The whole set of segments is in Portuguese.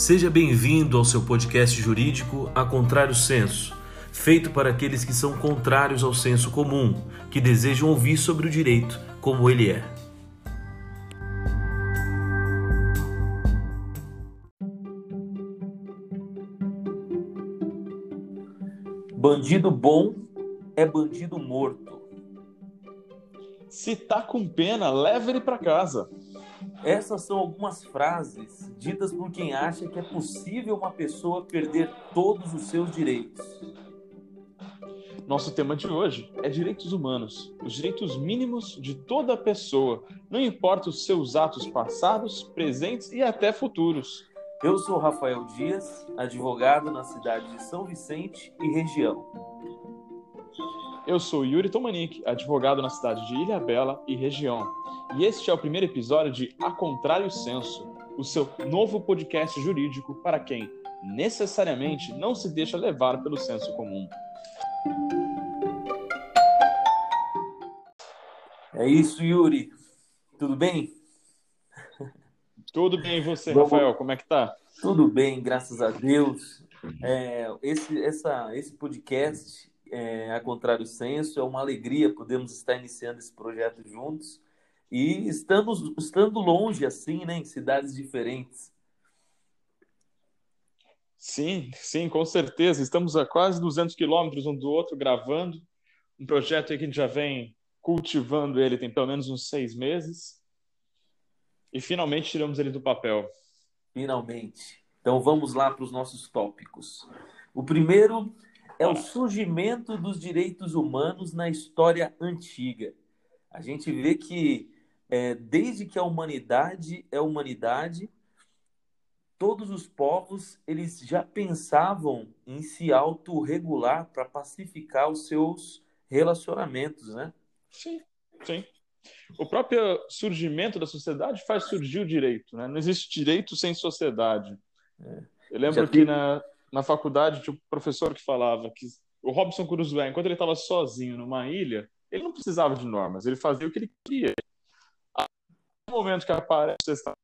Seja bem-vindo ao seu podcast jurídico A Contrário Senso, feito para aqueles que são contrários ao senso comum, que desejam ouvir sobre o direito como ele é. Bandido bom é bandido morto. Se tá com pena, leva ele para casa. Essas são algumas frases ditas por quem acha que é possível uma pessoa perder todos os seus direitos. Nosso tema de hoje é direitos humanos, os direitos mínimos de toda pessoa, não importa os seus atos passados, presentes e até futuros. Eu sou Rafael Dias, advogado na cidade de São Vicente e região. Eu sou Yuri Tomanik, advogado na cidade de Ilhabela e região. E este é o primeiro episódio de A Contrário Senso, o seu novo podcast jurídico para quem necessariamente não se deixa levar pelo senso comum. É isso, Yuri. Tudo bem? Tudo bem, e você, Rafael? Como é que tá? Tudo bem, graças a Deus. Esse podcast, A Contrário Senso, é uma alegria podermos estar iniciando esse projeto juntos e estando longe assim, né, em cidades diferentes. Sim, com certeza. Estamos a quase 200 quilômetros um do outro gravando. Um projeto aí que a gente já vem cultivando ele tem pelo menos uns 6 meses. E finalmente tiramos ele do papel. Finalmente. Então vamos lá para os nossos tópicos. O primeiro é o surgimento dos direitos humanos na história antiga. A gente vê que desde que a humanidade é humanidade, todos os povos eles já pensavam em se autorregular para pacificar os seus relacionamentos, né? Sim. O próprio surgimento da sociedade faz surgir o direito, né? Não existe direito sem sociedade. Eu lembro que na faculdade tinha um professor que falava que o Robinson Crusoe, enquanto ele estava sozinho numa ilha, ele não precisava de normas, ele fazia o que ele queria. No momento que aparece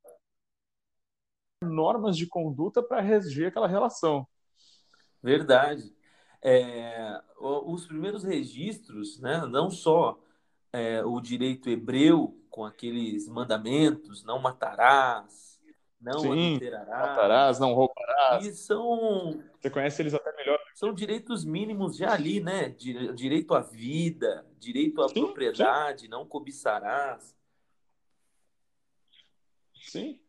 normas de conduta para reger aquela relação. Verdade. Os primeiros registros, né, não só o direito hebreu, com aqueles mandamentos, não matarás, não Sim, adulterarás, matarás, não roubarás. e são Você conhece eles até melhor. direitos mínimos já ali, né? Direito à vida, direito à propriedade, não cobiçarás. Sim.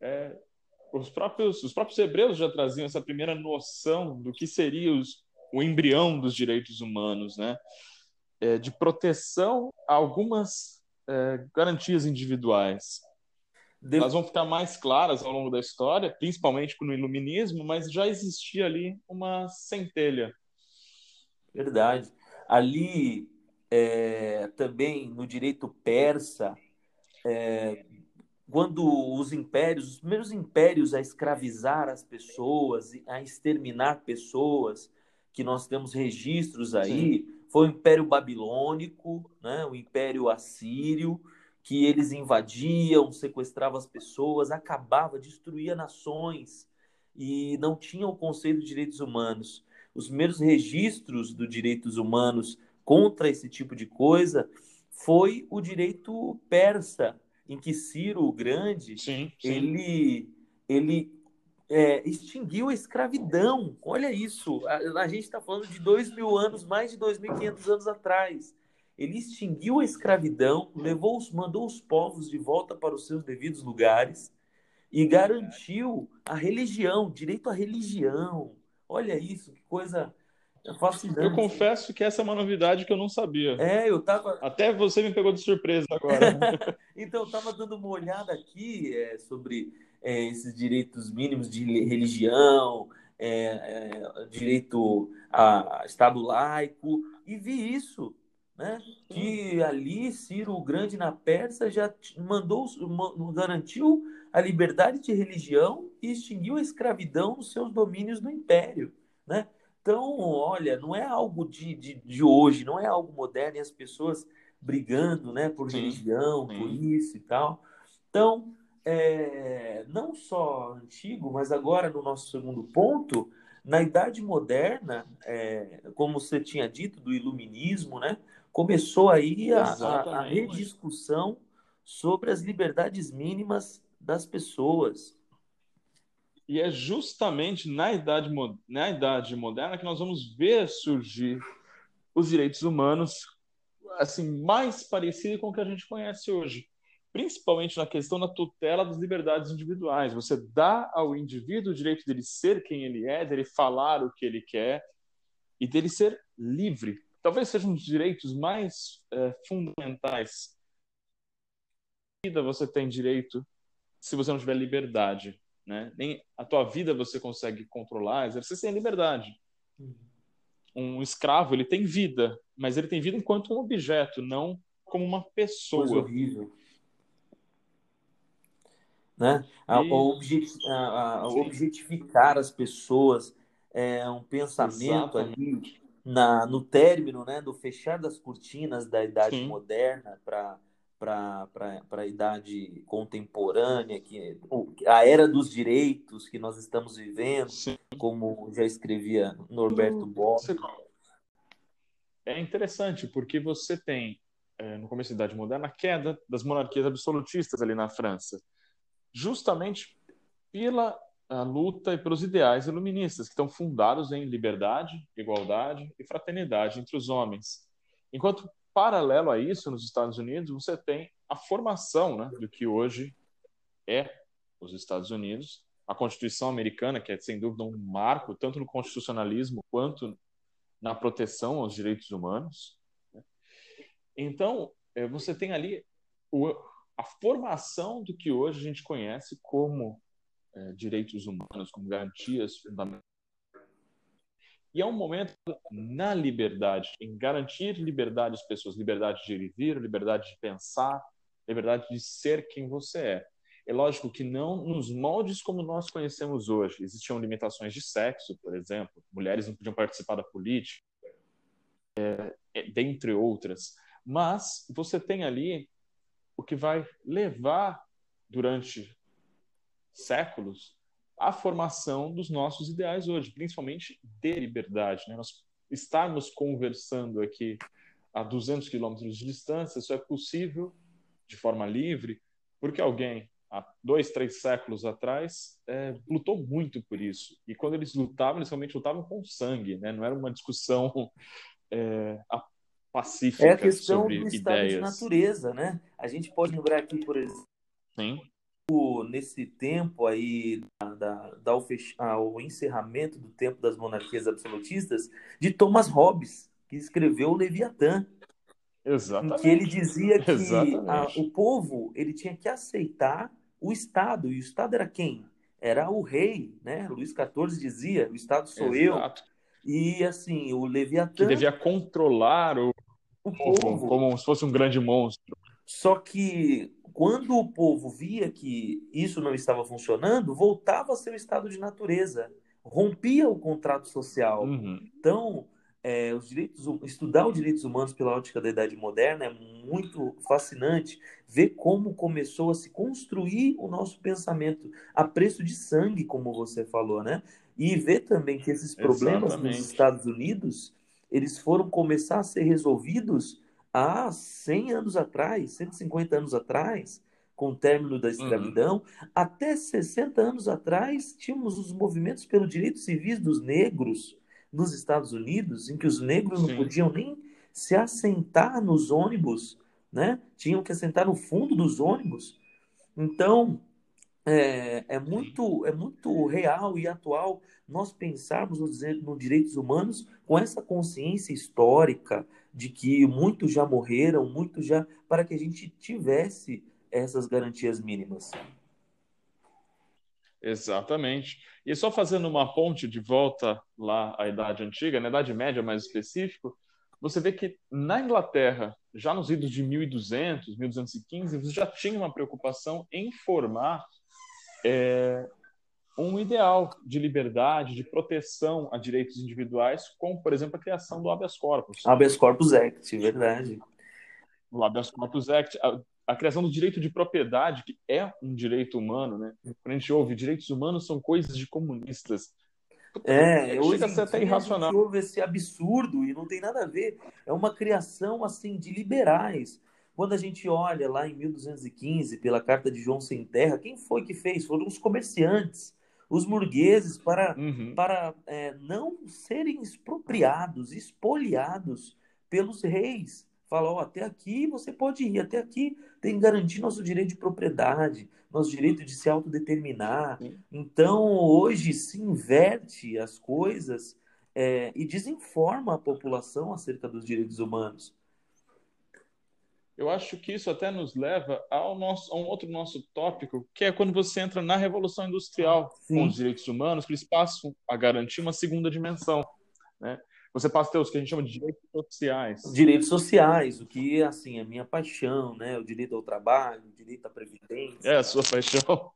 Os próprios hebreus já traziam essa primeira noção do que seria o embrião dos direitos humanos, né? De proteção a algumas garantias individuais. Elas vão ficar mais claras ao longo da história, principalmente no iluminismo, mas já existia ali uma centelha. Verdade. Ali, também no direito persa, quando os primeiros impérios a escravizar as pessoas, a exterminar pessoas, que nós temos registros aí, Sim. foi o Império Babilônico, né? O Império Assírio, que eles invadiam, sequestravam as pessoas, acabava, destruía nações e não tinham o conceito de direitos humanos. Os primeiros registros dos direitos humanos contra esse tipo de coisa foi o direito persa, em que Ciro o Grande Sim. ele extinguiu a escravidão. Olha isso, a gente está falando de 2.000 anos, mais de 2.500 anos atrás. Ele extinguiu a escravidão, mandou os povos de volta para os seus devidos lugares e garantiu a religião, direito à religião. Olha isso, que coisa fascinante. Eu confesso que essa é uma novidade que eu não sabia. Eu tava... Até você me pegou de surpresa agora. Então, eu estava dando uma olhada aqui sobre esses direitos mínimos de religião, direito a Estado laico, e vi isso, né? Que ali Ciro o Grande na Pérsia já garantiu a liberdade de religião e extinguiu a escravidão nos seus domínios do império, né? Então, olha, não é algo de hoje, não é algo moderno, e as pessoas brigando, né, por religião, por isso e tal. Então, não só antigo, mas agora no nosso segundo ponto, na Idade Moderna, como você tinha dito, do Iluminismo, né, começou aí a Exatamente. rediscussão sobre as liberdades mínimas das pessoas. E é justamente na idade moderna que nós vamos ver surgir os direitos humanos assim mais parecido com o que a gente conhece hoje, principalmente na questão da tutela das liberdades individuais. Você dá ao indivíduo o direito dele ser quem ele é, dele falar o que ele quer e dele ser livre. Talvez sejam os direitos mais fundamentais. Na vida você tem direito se você não tiver liberdade, né? Nem a tua vida você consegue controlar, exercer sem liberdade. Um escravo, ele tem vida, mas ele tem vida enquanto um objeto, não como uma Coisa pessoa. horrível, né? E A sim, objetificar as pessoas é um pensamento exatamente. ali no término, né, do fechar das cortinas da Idade Sim, Moderna para a Idade Contemporânea, a era dos direitos que nós estamos vivendo, sim. como já escrevia Norberto Bobbio. É interessante porque você tem no começo da Idade Moderna a queda das monarquias absolutistas ali na França, justamente pela a luta e pelos ideais iluministas que estão fundados em liberdade, igualdade e fraternidade entre os homens. Enquanto paralelo a isso, nos Estados Unidos, você tem a formação, né, do que hoje é os Estados Unidos, a Constituição americana, que é sem dúvida um marco tanto no constitucionalismo quanto na proteção aos direitos humanos. Então, você tem ali o, a formação do que hoje a gente conhece como direitos humanos, como garantias fundamentais. E é um momento na liberdade, em garantir liberdade às pessoas, liberdade de ir e vir, liberdade de pensar, liberdade de ser quem você é. É lógico que não nos moldes como nós conhecemos hoje. Existiam limitações de sexo, por exemplo. Mulheres não podiam participar da política, dentre outras. Mas você tem ali o que vai levar durante séculos a formação dos nossos ideais hoje, principalmente de liberdade. Né? Nós estarmos conversando aqui a 200 quilômetros de distância só é possível de forma livre porque alguém há 2, 3 séculos atrás lutou muito por isso. E quando eles lutavam, eles realmente lutavam com sangue, né? Não era uma discussão é, É a pacífica questão do sobre estado de ideias. natureza, né? A gente pode lembrar aqui, por exemplo, Sim, nesse tempo aí ao encerramento do tempo das monarquias absolutistas, de Thomas Hobbes, que escreveu o Leviatã, em que ele exatamente. dizia que Exatamente. o povo ele tinha que aceitar o Estado, e o Estado era quem? Era o rei, né? Luís XIV dizia, o Estado sou eu. Exato. E assim, o Que Leviatã, devia controlar o o povo povo. como se fosse um grande monstro. Só que quando o povo via que isso não estava funcionando, voltava a seu estado de natureza, rompia o contrato social. Uhum. Então, estudar os direitos humanos pela ótica da Idade Moderna é muito fascinante ver como começou a se construir o nosso pensamento a preço de sangue, como você falou, né? E ver também que esses problemas nos Exatamente. Estados Unidos, eles foram começar a ser resolvidos há 100 anos atrás, 150 anos atrás, com o término da Uhum. escravidão, até 60 anos atrás, tínhamos os movimentos pelos direitos civis dos negros nos Estados Unidos, em que os negros não Sim, podiam nem se assentar nos ônibus, né? Tinham que assentar no fundo dos ônibus. Então, sim. é muito real e atual nós pensarmos nos direitos humanos com essa consciência histórica de que muitos já morreram, muitos já, para que a gente tivesse essas garantias mínimas. Exatamente. E só fazendo uma ponte de volta lá à Idade Antiga, na Idade Média mais específico, você vê que na Inglaterra, já nos idos de 1200, 1215, você já tinha uma preocupação em formar um ideal de liberdade, de proteção a direitos individuais, como, por exemplo, a criação do habeas corpus. Habeas Corpus Act, verdade. O Habeas Corpus Act, a criação do direito de propriedade, que é um direito humano, né? Quando a gente ouve direitos humanos são coisas de comunistas, chega a Hoje em ser até dia a gente irracional. ouve esse absurdo e não tem nada a ver. É uma criação assim de liberais. Quando a gente olha lá em 1215, pela Carta de João Sem Terra, quem foi que fez? Foram os comerciantes, os burgueses, Uhum. para não serem expropriados, espoliados pelos reis. Fala, ó, até aqui você pode ir, até aqui tem que garantir nosso direito de propriedade, nosso direito de se autodeterminar. Sim. Então, hoje se inverte as coisas, e desinforma a população acerca dos direitos humanos. Eu acho que isso até nos leva a um outro nosso tópico, que é quando você entra na Revolução Industrial com os Sim, direitos humanos, que eles passam a garantir uma segunda dimensão, né? Você passa a ter os que a gente chama de direitos sociais. direitos sociais, o que assim é minha paixão, né? O direito ao trabalho, o direito à É previdência. a sua paixão.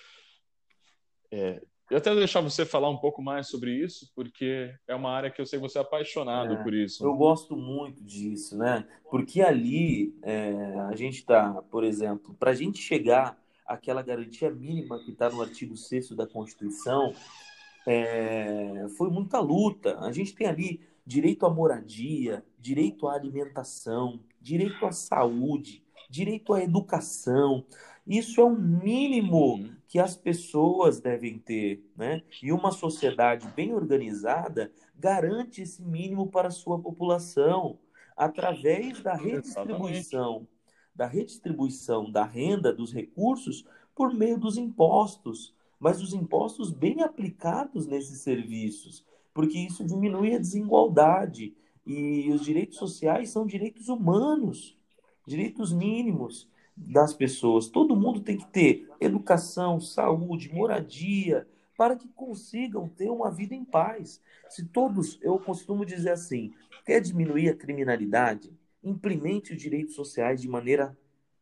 É, eu até deixar você falar um pouco mais sobre isso, porque é uma área que eu sei que você é apaixonado por isso, Eu né? gosto muito disso, né? Porque ali a gente está, por exemplo, para a gente chegar àquela garantia mínima que está no artigo 6º da Constituição, foi muita luta. A gente tem ali direito à moradia, direito à alimentação, direito à saúde, direito à educação. Isso é um mínimo Uhum. que as pessoas devem ter, né? E uma sociedade bem organizada garante esse mínimo para a sua população através Exatamente. da redistribuição da renda, dos recursos por meio dos impostos, mas os impostos bem aplicados nesses serviços, porque isso diminui a desigualdade. E os direitos sociais são direitos humanos, direitos mínimos das pessoas. Todo mundo tem que ter educação, saúde, moradia, para que consigam ter uma vida em paz. Se todos, eu costumo dizer assim, quer diminuir a criminalidade, implemente os direitos sociais de maneira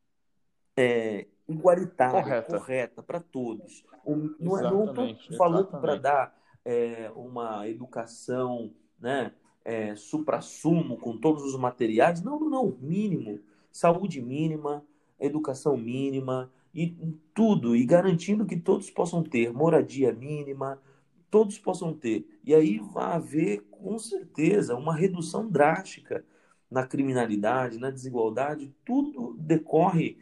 igualitária, Correta. correta para todos. Não estou Exatamente, falando para exatamente. dar uma educação, né, suprassumo com todos os materiais. Não, não, não. Mínimo. Saúde mínima, educação mínima e tudo. E garantindo que todos possam ter moradia mínima, todos possam ter. E aí vai haver, com certeza, uma redução drástica na criminalidade, na desigualdade. Tudo decorre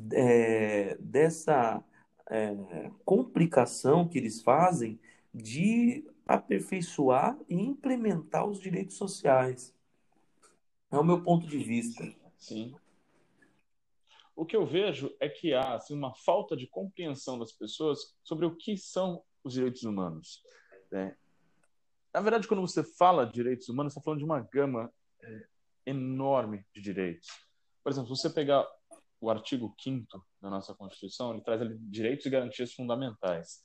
dessa complicação que eles fazem de aperfeiçoar e implementar os direitos sociais. É o meu ponto de vista. Sim. O que eu vejo é que há assim, uma falta de compreensão das pessoas sobre o que são os direitos humanos, né? Na verdade, quando você fala de direitos humanos, você está falando de uma gama enorme de direitos. Por exemplo, se você pegar o artigo 5º da nossa Constituição, ele traz ali direitos e garantias fundamentais.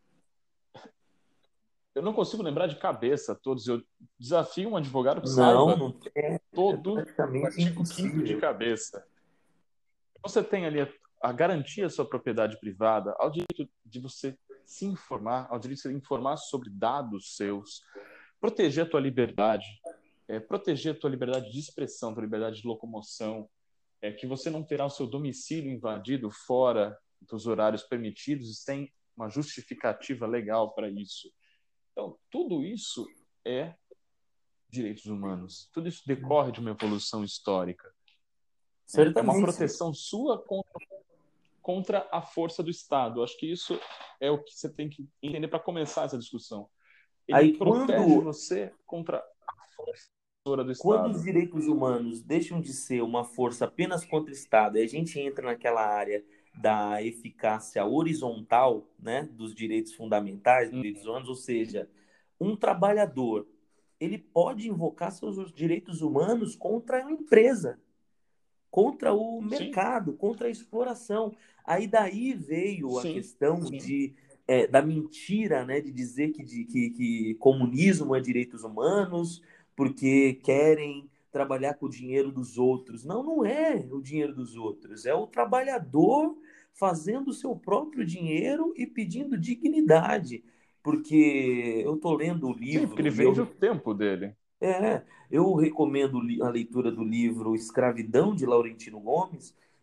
Eu não consigo lembrar de cabeça todos. Eu desafio um advogado que Não, saiba não é todo o praticamente artigo 5º de impossível. cabeça. Você tem ali a garantia à sua propriedade privada, ao direito de você se informar, ao direito de você informar sobre dados seus, proteger a tua liberdade, proteger a tua liberdade de expressão, a tua liberdade de locomoção, que você não terá o seu domicílio invadido fora dos horários permitidos e sem uma justificativa legal para isso. Então, tudo isso é direitos humanos. Tudo isso decorre de uma evolução histórica. É uma Certamente. proteção sua contra a força do Estado. Acho que isso é o que você tem que entender para começar essa discussão. Ele Aí protege você contra a força do quando os Estado. direitos humanos deixam de ser uma força apenas contra o Estado e a gente entra naquela área da eficácia horizontal, né, dos direitos fundamentais, dos direitos humanos, ou seja, um trabalhador, ele pode invocar seus direitos humanos contra a empresa, contra o Sim, mercado, contra a exploração. Aí daí veio a sim, questão sim. da mentira, né, de dizer que comunismo é direitos humanos, porque querem trabalhar com o dinheiro dos outros. Não, não é o dinheiro dos outros, é o trabalhador fazendo o seu próprio dinheiro e pedindo dignidade. Porque eu estou lendo o Sim, porque ele livro e vende o tempo dele. eu recomendo a leitura do livro Escravidão, de Laurentino Gomes,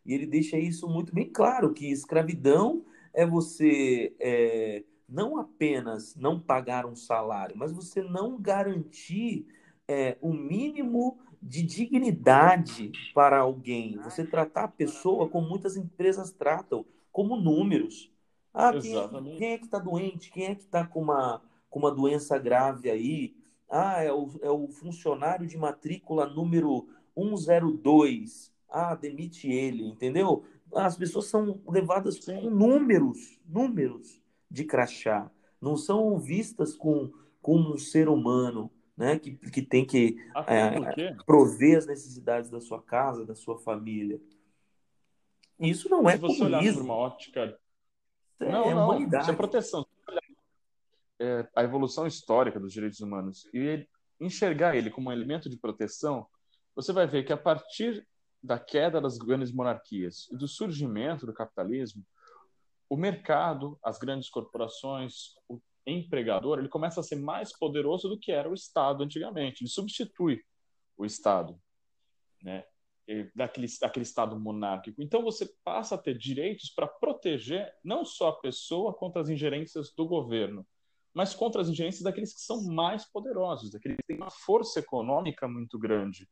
E ele deixa isso muito bem claro, que escravidão é você não apenas não pagar um salário, mas você não garantir o mínimo de dignidade para alguém. Você tratar a pessoa como muitas empresas tratam, como números. Ah, Exatamente. quem é que está doente? Quem é que está com uma doença grave aí? Ah, é o funcionário de matrícula número 102. Ah, demite ele, entendeu? As pessoas são levadas com Sim, números de crachá. Não são vistas como um ser humano, né? Que tem que até porque, prover as necessidades da sua casa, da sua família. Isso não é se você olhar sobre uma comunismo, ótica. isso Não, é não, isso é humanidade. proteção. A evolução histórica dos direitos humanos e enxergar ele como um elemento de proteção, você vai ver que a partir da queda das grandes monarquias e do surgimento do capitalismo, o mercado, as grandes corporações, o empregador, ele começa a ser mais poderoso do que era o Estado antigamente. Ele substitui o Estado, né? Daquele Estado monárquico. Então você passa a ter direitos para proteger não só a pessoa contra as ingerências do governo, mas contra as ingerências daqueles que são mais poderosos, daqueles que têm uma força econômica muito grande.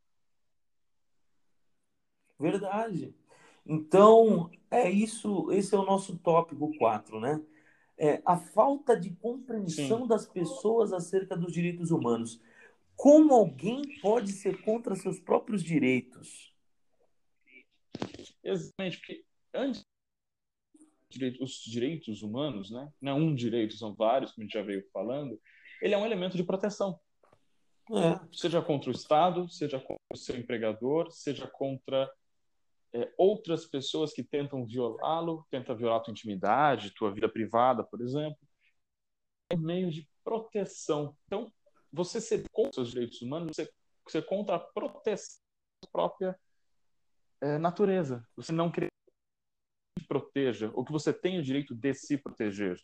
Verdade. Então, é isso, esse é o nosso tópico 4, né? A falta de Sim, compreensão das pessoas acerca dos direitos humanos. Como alguém pode ser contra seus próprios direitos? exatamente, porque antes os direitos humanos, né? Não é um direito, são vários, como a gente já veio falando, ele é um elemento de proteção, É, seja contra o Estado, seja contra o seu empregador, seja contra outras pessoas que tentam violá-lo, tentam violar tua intimidade, tua vida privada, por exemplo, é meio de proteção. Então, você ser contra os direitos humanos, você é contra a proteção da própria natureza. Você não quer que proteja, ou que você tenha o direito de se proteger.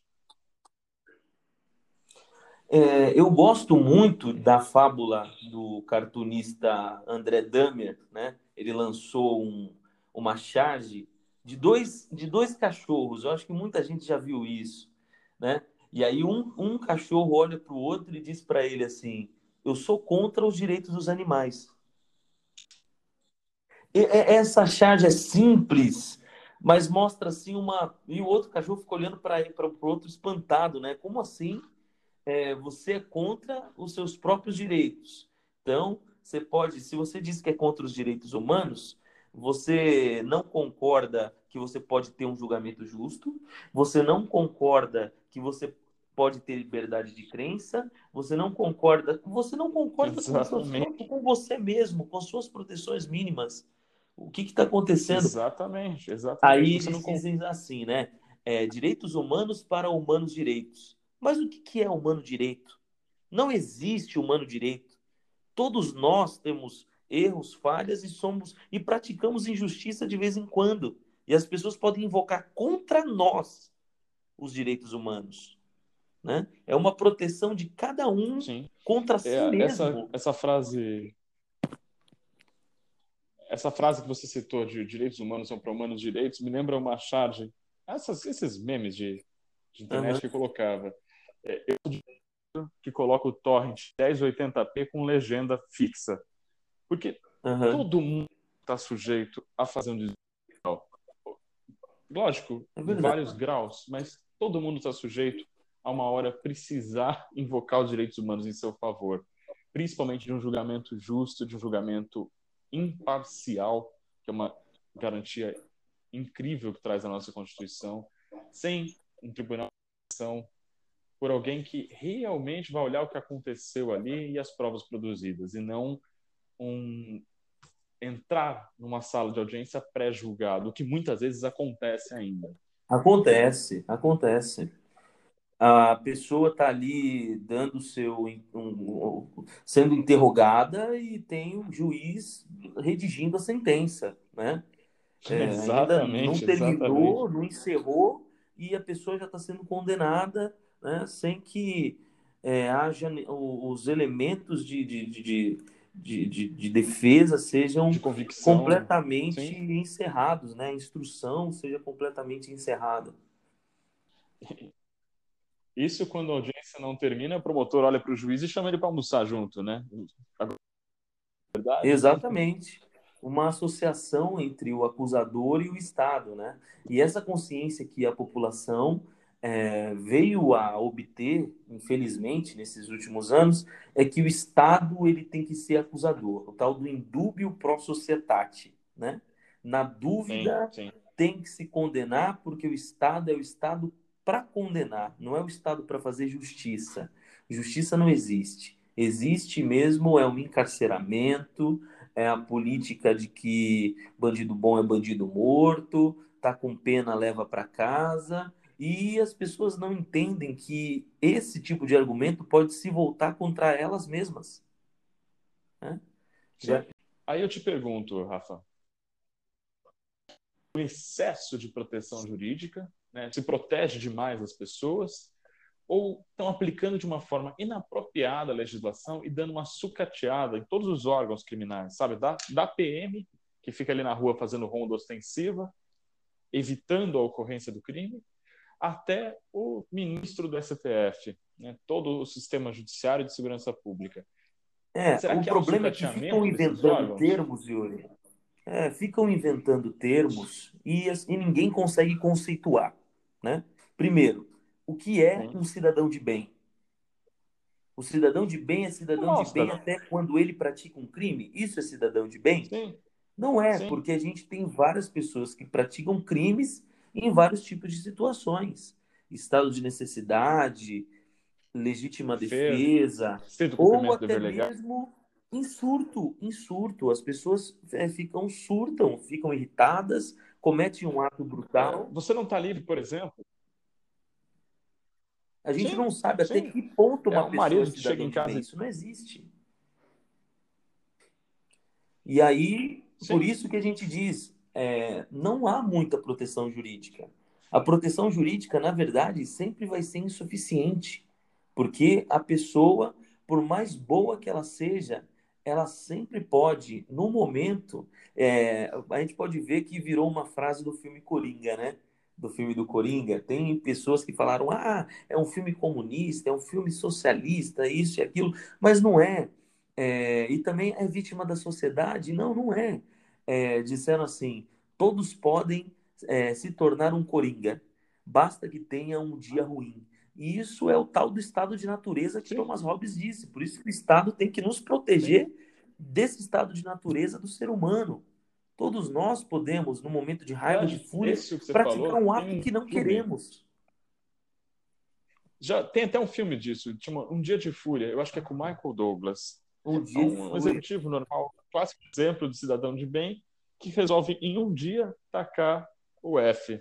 eu gosto muito da fábula do cartunista André Dahmer, né? Ele lançou uma charge de dois cachorros. Eu acho que muita gente já viu isso, né? E aí um cachorro olha para o outro e diz para ele assim: Eu sou contra os direitos dos animais. Essa charge é simples, mas mostra assim uma. E o outro cachorro fica olhando para o outro espantado, né? Como assim? Você é contra os seus próprios direitos. Então, você pode, se você diz que é contra os direitos humanos, você não concorda que você pode ter um julgamento justo, você não concorda que você pode ter liberdade de crença, você não concorda com os seus Exatamente. próprios, com você mesmo, com suas proteções mínimas. O que está acontecendo? Exatamente, exatamente. Aí Você eles não dizem assim, né? Direitos humanos para humanos direitos. Mas o que é humano direito? Não existe humano direito. Todos nós temos erros, falhas e somos e praticamos injustiça de vez em quando. E as pessoas podem invocar contra nós os direitos humanos, né? É uma proteção de cada um sim. contra si Essa, mesmo. essa frase que você citou de direitos humanos são para humanos direitos me lembra uma charge, esses memes de internet Aham, que colocava. Que coloca o torrent 1080p com legenda fixa. Porque aham. todo mundo está sujeito a fazer um desvio. Lógico, É em vários verdade. graus, mas todo mundo está sujeito a uma hora precisar invocar os direitos humanos em seu favor. Principalmente de um julgamento justo, de um julgamento imparcial, que é uma garantia incrível que traz a nossa Constituição, sem um tribunal de ação, por alguém que realmente vai olhar o que aconteceu ali e as provas produzidas, e não um entrar numa sala de audiência pré-julgado, o que muitas vezes acontece ainda. Acontece, acontece. A pessoa está ali dando sendo interrogada e tem o juiz redigindo a sentença, né? Ainda não Exatamente, exatamente. terminou, não encerrou e a pessoa já está sendo condenada, né? Sem que haja os elementos de defesa de sejam convicção. completamente Sim. encerrados, né? A instrução seja completamente encerrada. Isso quando a audiência não termina, o promotor olha para o juiz e chama ele para almoçar junto, né? Verdade? Exatamente. Uma associação entre o acusador e o Estado, né? E essa consciência que a população veio a obter, infelizmente, nesses últimos anos, é que o Estado ele tem que ser acusador, o tal do indúbio pro societate, né? Na Sim, dúvida, sim. tem que se condenar, porque o Estado é o Estado para condenar, não é o Estado para fazer justiça. Justiça não existe. Existe mesmo é um encarceramento, é a política de que bandido bom é bandido morto, tá com pena leva para casa, e as pessoas não entendem que esse tipo de argumento pode se voltar contra elas mesmas, né? Sim. Já... Aí eu te pergunto, Rafa, o excesso de proteção jurídica, né, se protege demais as pessoas, ou estão aplicando de uma forma inapropriada a legislação e dando uma sucateada em todos os órgãos criminais, sabe? Da PM, que fica ali na rua fazendo ronda ostensiva, evitando a ocorrência do crime, até o ministro do STF, né? Todo o sistema judiciário de segurança pública. Será O que há um problema é que ficam sucateamento desses inventando órgãos? termos, Yuri. Ficam inventando termos e ninguém consegue conceituar, né? Primeiro, o que é Sim. um cidadão de bem? O cidadão de bem é cidadão de bem Mostra. até quando ele pratica um crime? Isso é cidadão de bem? Sim, Não é, sim. porque a gente tem várias pessoas que praticam crimes em vários tipos de situações. Estado de necessidade, legítima Defesa, defesa, estrito ou cumprimento do até dever legal. mesmo insurto. As pessoas surtam, ficam irritadas, cometem um ato brutal. Você não está livre, por exemplo? A gente Sim, não sabe até sim. que ponto É uma um pessoa é marido que chega cidadão em de bem. casa e... Isso não existe. E aí, por Sim, isso que a gente diz, não há muita proteção jurídica. A proteção jurídica, na verdade, sempre vai ser insuficiente, porque a pessoa, por mais boa que ela seja, ela sempre pode, no momento, a gente pode ver que virou uma frase do filme Coringa, né? Do filme do Coringa. Tem pessoas que falaram, é um filme comunista, é um filme socialista, isso e aquilo, mas não é. E também é vítima da sociedade? Não, não é. Disseram assim: todos podem se tornar um coringa, basta que tenha um dia ruim. E isso é o tal do estado de natureza que sim, Thomas Hobbes disse. Por isso que o Estado tem que nos sim. proteger desse estado de natureza do ser humano. Todos nós podemos, no momento de raiva, de Verdade. fúria, Esse que você praticar falou, um tem ato um que não filme. queremos. Já tem até um filme disso, chama Um Dia de Fúria. Eu acho que é com Michael Douglas. Um É dia de um fúria. executivo normal, clássico exemplo de cidadão de bem que resolve em um dia tacar o F.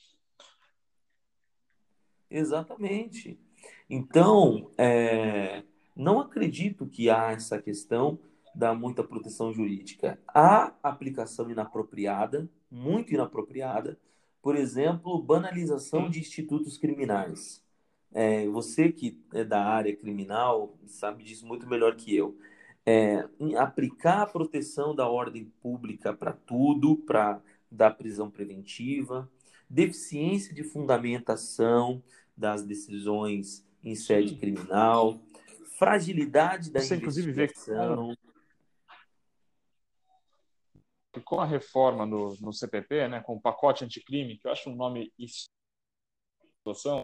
Exatamente. Então, não acredito que há essa questão da muita proteção jurídica. Há aplicação inapropriada, muito inapropriada, por exemplo, banalização Sim, de institutos criminais. Você que é da área criminal sabe disso muito melhor que eu. Em aplicar a proteção da ordem pública para tudo, para dar prisão preventiva, deficiência de fundamentação das decisões em sede sim. criminal, fragilidade da Você, inclusive, vê que investigação. com a reforma no CPP, né, com o pacote anticrime, que eu acho um nome situação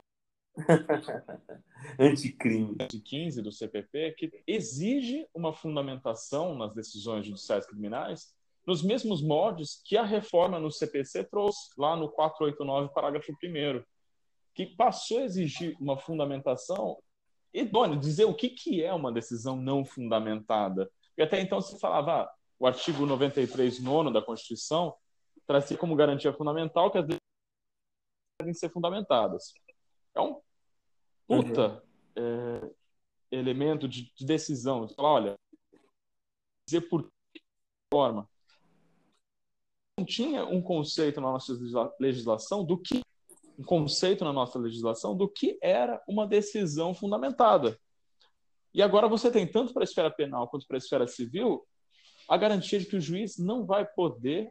Anticrime. de 15 do CPP, que exige uma fundamentação nas decisões judiciais criminais nos mesmos moldes que a reforma no CPC trouxe lá no 489, parágrafo 1º, que passou a exigir uma fundamentação idônea, dizer o que é uma decisão não fundamentada. E até então se falava, o artigo 93, nono da Constituição, trazia como garantia fundamental que as decisões devem ser fundamentadas. É um Uhum. puta elemento de decisão. De falar, olha, dizer por que forma. Não tinha um conceito na nossa legislação do que era uma decisão fundamentada. E agora você tem, tanto para a esfera penal quanto para a esfera civil, a garantia de que o juiz não vai poder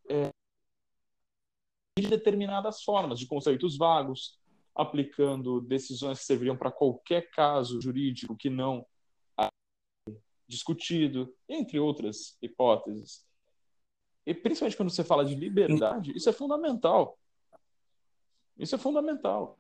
de determinadas formas, de conceitos vagos, aplicando decisões que serviriam para qualquer caso jurídico que não discutido, entre outras hipóteses. E principalmente quando você fala de liberdade, isso é fundamental. Isso é fundamental.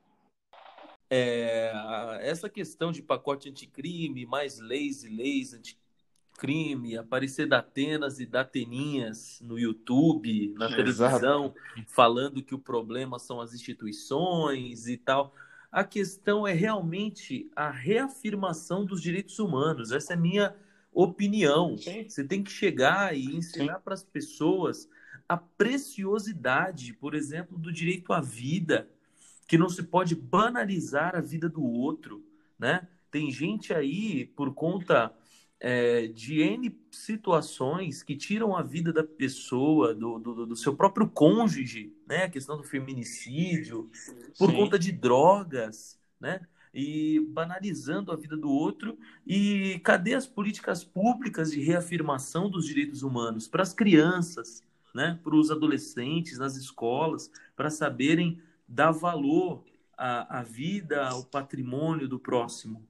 Essa questão de pacote anticrime, mais leis e leis anticrime, aparecer da Atenas e da Ateninhas no YouTube, na televisão, falando que o problema são as instituições e tal. A questão é realmente a reafirmação dos direitos humanos. Essa é a minha opinião. Sim. Você tem que chegar e ensinar para as pessoas a preciosidade, por exemplo, do direito à vida, que não se pode banalizar a vida do outro, né? Tem gente aí, por conta de N situações, que tiram a vida da pessoa, do seu próprio cônjuge, né? A questão do feminicídio, por conta de drogas, né? E banalizando a vida do outro. E cadê as políticas públicas de reafirmação dos direitos humanos para as crianças, né? Para os adolescentes nas escolas, para saberem dar valor à vida, ao patrimônio do próximo?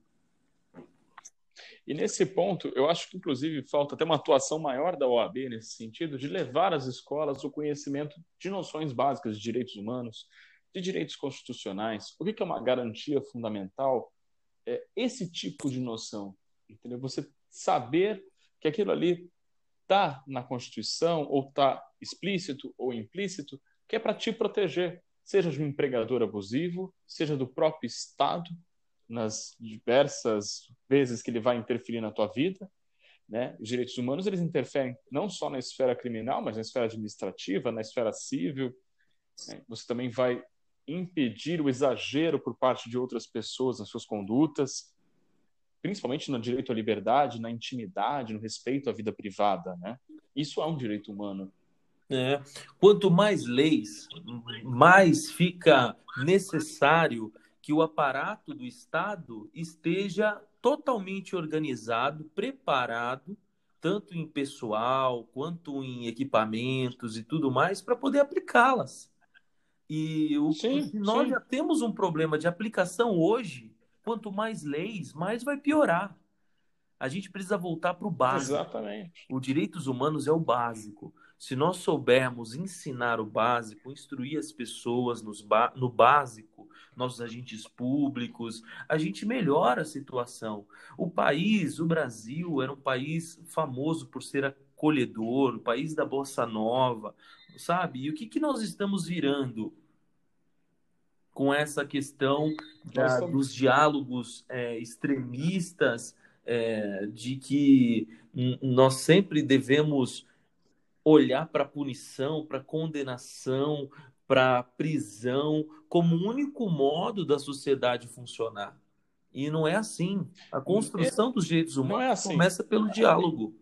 E nesse ponto, eu acho que, inclusive, falta até uma atuação maior da OAB nesse sentido, de levar às escolas o conhecimento de noções básicas de direitos humanos, de direitos constitucionais. O que é uma garantia fundamental? É esse tipo de noção, entendeu? Você saber que aquilo ali está na Constituição, ou está explícito ou implícito, que é para te proteger, seja de um empregador abusivo, seja do próprio Estado, nas diversas vezes que ele vai interferir na tua vida, né? Os direitos humanos, eles interferem não só na esfera criminal, mas na esfera administrativa, na esfera civil, né? Você também vai impedir o exagero por parte de outras pessoas nas suas condutas, principalmente no direito à liberdade, na intimidade, no respeito à vida privada, né? Isso é um direito humano. Quanto mais leis, mais fica necessário que o aparato do Estado esteja totalmente organizado, preparado, tanto em pessoal quanto em equipamentos e tudo mais, para poder aplicá-las. E nós já temos um problema de aplicação hoje. Quanto mais leis, mais vai piorar. A gente precisa voltar para o básico. Exatamente. O direitos humanos é o básico. Se nós soubermos ensinar o básico, instruir as pessoas no básico, nossos agentes públicos, a gente melhora a situação. O Brasil, era um país famoso por ser acolhedor, o país da Bossa Nova, sabe? E o que nós estamos virando com essa questão dos diálogos extremistas, de que nós sempre devemos olhar para a punição, para a condenação, para a prisão, como o único modo da sociedade funcionar. E não é assim. A construção dos direitos humanos começa pelo diálogo.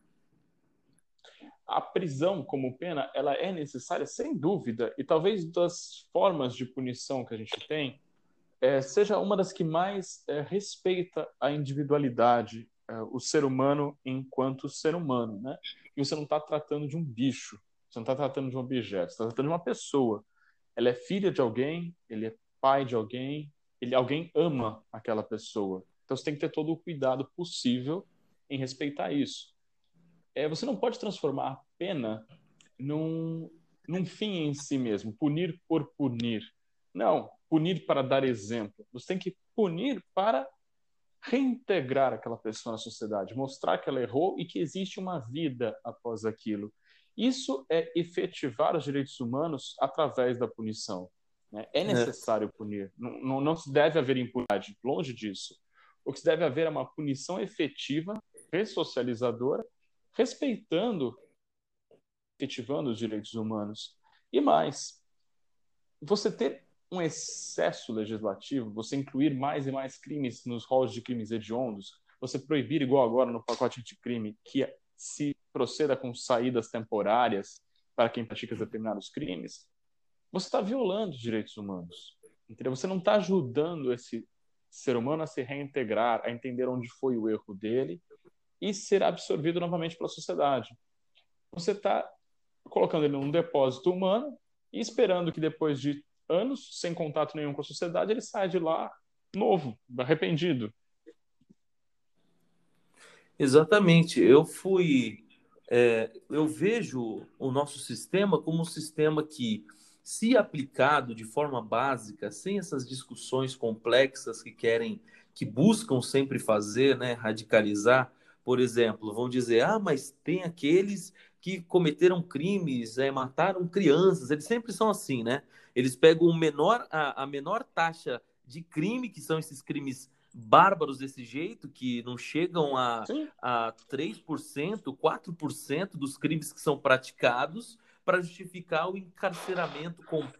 A prisão como pena, ela é necessária, sem dúvida, e talvez das formas de punição que a gente tem, seja uma das que mais respeita a individualidade, o ser humano enquanto ser humano, né? E você não está tratando de um bicho, você não está tratando de um objeto, você está tratando de uma pessoa. Ela é filha de alguém, ele é pai de alguém, alguém ama aquela pessoa. Então você tem que ter todo o cuidado possível em respeitar isso. Você não pode transformar a pena num fim em si mesmo, punir por punir. Não, punir para dar exemplo. Você tem que punir para reintegrar aquela pessoa na sociedade, mostrar que ela errou e que existe uma vida após aquilo. Isso é efetivar os direitos humanos através da punição, né? É necessário punir. Não se deve haver impunidade, longe disso. O que se deve haver é uma punição efetiva, ressocializadora, respeitando, efetivando os direitos humanos. E mais, você ter um excesso legislativo, você incluir mais e mais crimes nos rolos de crimes hediondos, você proibir, igual agora no pacote anticrime, que se proceda com saídas temporárias para quem pratica determinados crimes, você está violando os direitos humanos. Entendeu? Você não está ajudando esse ser humano a se reintegrar, a entender onde foi o erro dele e ser absorvido novamente pela sociedade. Você está colocando ele num depósito humano e esperando que depois de anos, sem contato nenhum com a sociedade, ele saia de lá novo, arrependido. Exatamente. Eu vejo o nosso sistema como um sistema que, se aplicado de forma básica, sem essas discussões complexas que buscam sempre fazer, né, radicalizar, por exemplo, vão dizer, mas tem aqueles que cometeram crimes, mataram crianças, eles sempre são assim, né? Eles pegam a menor taxa de crime, que são esses crimes bárbaros desse jeito, que não chegam a 3%, 4% dos crimes que são praticados, para justificar o encarceramento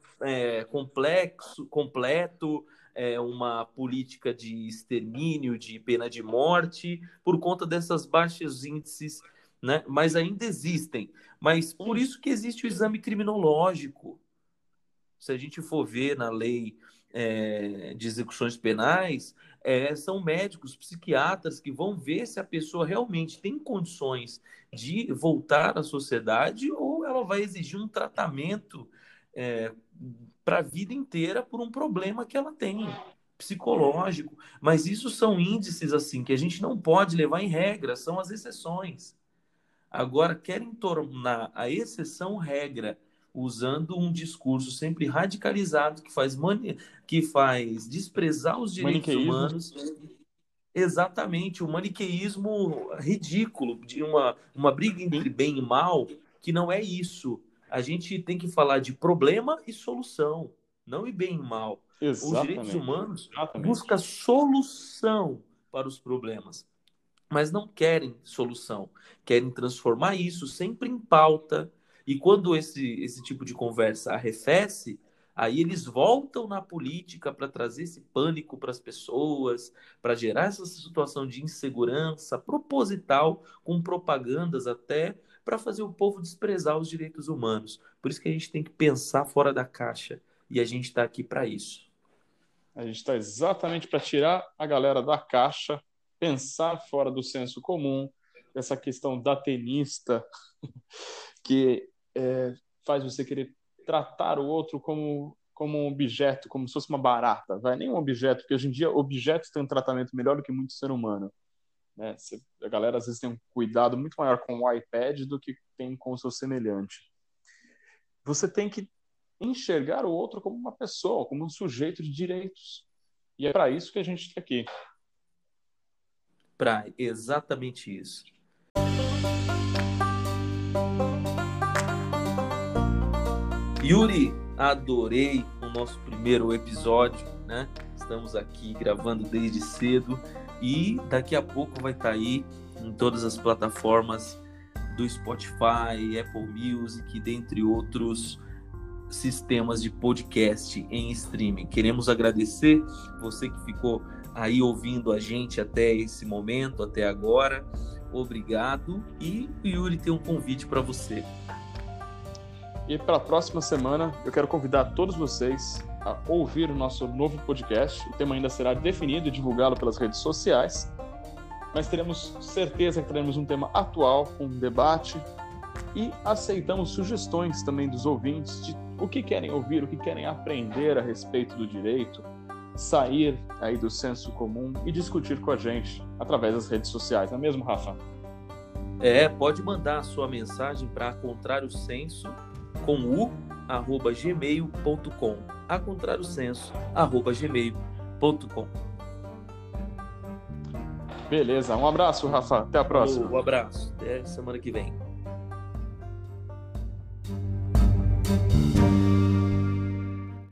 completo, uma política de extermínio, de pena de morte, por conta dessas baixos índices, né? Mas ainda existem. Mas por isso que existe o exame criminológico. Se a gente for ver na lei de execuções penais, são médicos, psiquiatras que vão ver se a pessoa realmente tem condições de voltar à sociedade ou ela vai exigir um tratamento para a vida inteira por um problema que ela tem, psicológico. Mas isso são índices assim que a gente não pode levar em regra, são as exceções. Agora, querem tornar a exceção regra, usando um discurso sempre radicalizado que faz desprezar os direitos Maniqueísmo. humanos. Exatamente, o maniqueísmo ridículo, de uma briga entre bem e mal, que não é isso. A gente tem que falar de problema e solução, não e bem e mal. Os direitos humanos buscam solução para os problemas, mas não querem solução, querem transformar isso sempre em pauta. E quando esse tipo de conversa arrefece, aí eles voltam na política para trazer esse pânico para as pessoas, para gerar essa situação de insegurança proposital, com propagandas até, para fazer o povo desprezar os direitos humanos. Por isso que a gente tem que pensar fora da caixa, e a gente está aqui para isso. A gente está exatamente para tirar a galera da caixa, pensar fora do senso comum, essa questão datenista que faz você querer tratar o outro como um objeto, como se fosse uma barata. Vai nem um objeto, porque hoje em dia objetos têm um tratamento melhor do que muito ser humano. Né? A galera às vezes tem um cuidado muito maior com o iPad do que tem com o seu semelhante. Você tem que enxergar o outro como uma pessoa, como um sujeito de direitos. E é para isso que a gente está aqui. Para exatamente isso. Yuri, adorei o nosso primeiro episódio, né? Estamos aqui gravando desde cedo e daqui a pouco vai estar aí em todas as plataformas do Spotify, Apple Music, dentre outros sistemas de podcast em streaming. Queremos agradecer você que ficou aí ouvindo a gente até esse momento, até agora. Obrigado. E o Yuri tem um convite para você. E para a próxima semana, eu quero convidar todos vocês a ouvir o nosso novo podcast. O tema ainda será definido e divulgado pelas redes sociais, mas teremos certeza que teremos um tema atual, com um debate, e aceitamos sugestões também dos ouvintes de o que querem ouvir, o que querem aprender a respeito do direito, sair aí do senso comum e discutir com a gente através das redes sociais, não é mesmo, Rafa? Pode mandar a sua mensagem para contrário-senso com gmail.com @gmail.com. Beleza, um abraço, Rafa, até a próxima. Um abraço, até semana que vem.